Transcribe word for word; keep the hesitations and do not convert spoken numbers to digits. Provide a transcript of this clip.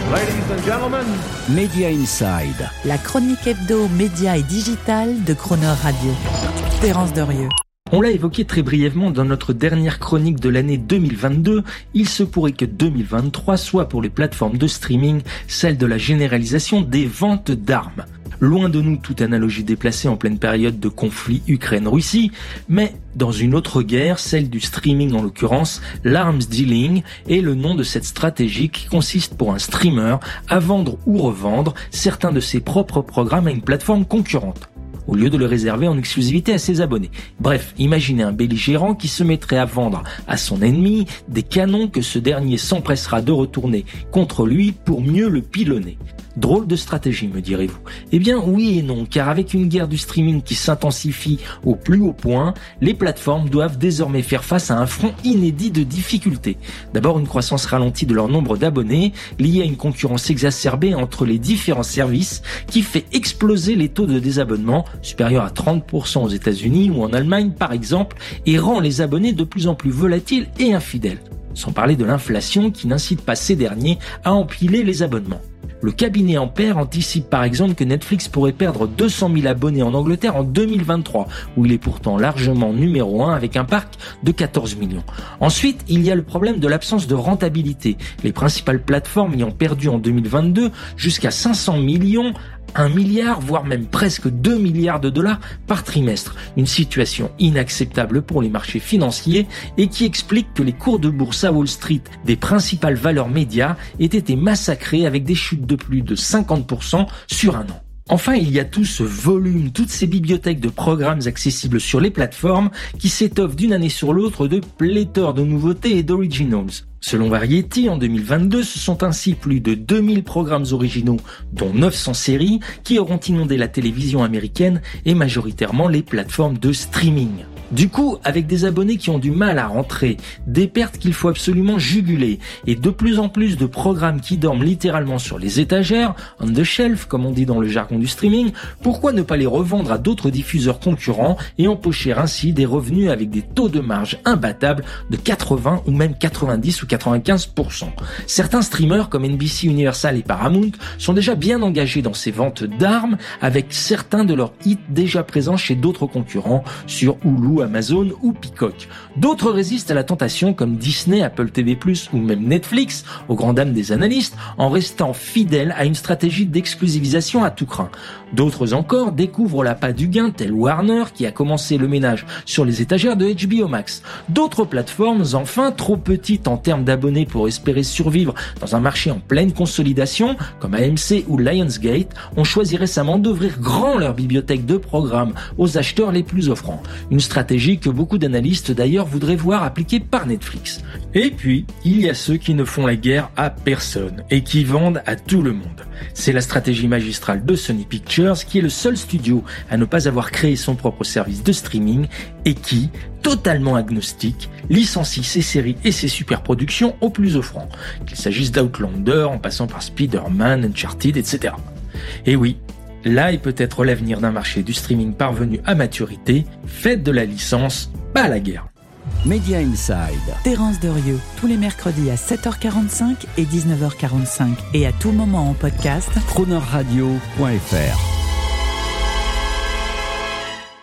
Ladies and gentlemen, Media Inside. La chronique hebdo, média et digital de Croner Radio. Terence Derieux. On l'a évoqué très brièvement dans notre dernière chronique de l'année deux mille vingt-deux, il se pourrait que deux mille vingt-trois soit pour les plateformes de streaming celle de la généralisation des ventes d'armes. Loin de nous toute analogie déplacée en pleine période de conflit Ukraine-Russie, mais dans une autre guerre, celle du streaming en l'occurrence, l'arms dealing est le nom de cette stratégie qui consiste pour un streamer à vendre ou revendre certains de ses propres programmes à une plateforme concurrente, au lieu de le réserver en exclusivité à ses abonnés. Bref, imaginez un belligérant qui se mettrait à vendre à son ennemi des canons que ce dernier s'empressera de retourner contre lui pour mieux le pilonner. Drôle de stratégie, me direz-vous. Eh bien oui et non, car avec une guerre du streaming qui s'intensifie au plus haut point, les plateformes doivent désormais faire face à un front inédit de difficultés. D'abord, une croissance ralentie de leur nombre d'abonnés, liée à une concurrence exacerbée entre les différents services qui fait exploser les taux de désabonnement, supérieurs à trente pour cent aux États-Unis ou en Allemagne par exemple, et rend les abonnés de plus en plus volatiles et infidèles. Sans parler de l'inflation qui n'incite pas ces derniers à empiler les abonnements. Le cabinet Ampère anticipe par exemple que Netflix pourrait perdre deux cent mille abonnés en Angleterre en deux mille vingt-trois, où il est pourtant largement numéro un avec un parc de quatorze millions. Ensuite, il y a le problème de l'absence de rentabilité, les principales plateformes ayant perdu en deux mille vingt-deux jusqu'à cinq cents millions, un milliard, voire même presque deux milliards de dollars par trimestre. Une situation inacceptable pour les marchés financiers et qui explique que les cours de bourse à Wall Street des principales valeurs médias aient été massacrés avec des chutes de plus de cinquante pour cent sur un an. Enfin, il y a tout ce volume, toutes ces bibliothèques de programmes accessibles sur les plateformes qui s'étoffent d'une année sur l'autre de pléthore de nouveautés et d'originals. Selon Variety, en deux mille vingt-deux, ce sont ainsi plus de deux mille programmes originaux, dont neuf cents séries, qui auront inondé la télévision américaine et majoritairement les plateformes de streaming. Du coup, avec des abonnés qui ont du mal à rentrer, des pertes qu'il faut absolument juguler, et de plus en plus de programmes qui dorment littéralement sur les étagères, on the shelf, comme on dit dans le jargon du streaming, pourquoi ne pas les revendre à d'autres diffuseurs concurrents et empocher ainsi des revenus avec des taux de marge imbattables de quatre-vingts ou même quatre-vingt-dix ou quatre-vingt-quinze pour cent. Certains streamers comme N B C, Universal et Paramount sont déjà bien engagés dans ces ventes d'armes avec certains de leurs hits déjà présents chez d'autres concurrents sur Hulu, Amazon ou Peacock. D'autres résistent à la tentation comme Disney, Apple T V plus, ou même Netflix, aux grandes dames des analystes, en restant fidèles à une stratégie d'exclusivisation à tout crin. D'autres encore découvrent l'appât du gain, tel Warner qui a commencé le ménage sur les étagères de H B O Max. D'autres plateformes, enfin, trop petites en termes d'abonnés pour espérer survivre dans un marché en pleine consolidation, comme A M C ou Lionsgate, ont choisi récemment d'ouvrir grand leur bibliothèque de programmes aux acheteurs les plus offrants. Une stratégie que beaucoup d'analystes d'ailleurs voudraient voir appliquée par Netflix. Et puis, il y a ceux qui ne font la guerre à personne et qui vendent à tout le monde. C'est la stratégie magistrale de Sony Pictures, qui est le seul studio à ne pas avoir créé son propre service de streaming et qui, totalement agnostique, licencie ses séries et ses superproductions au plus offrant, qu'il s'agisse d'Outlander en passant par Spider-Man, Uncharted, et cetera. Et oui, là est peut-être l'avenir d'un marché du streaming parvenu à maturité, faites de la licence, pas la guerre. Media Inside. Terence Derieux, tous les mercredis à sept heures quarante-cinq et dix-neuf heures quarante-cinq et à tout moment en podcast. croner radio point f r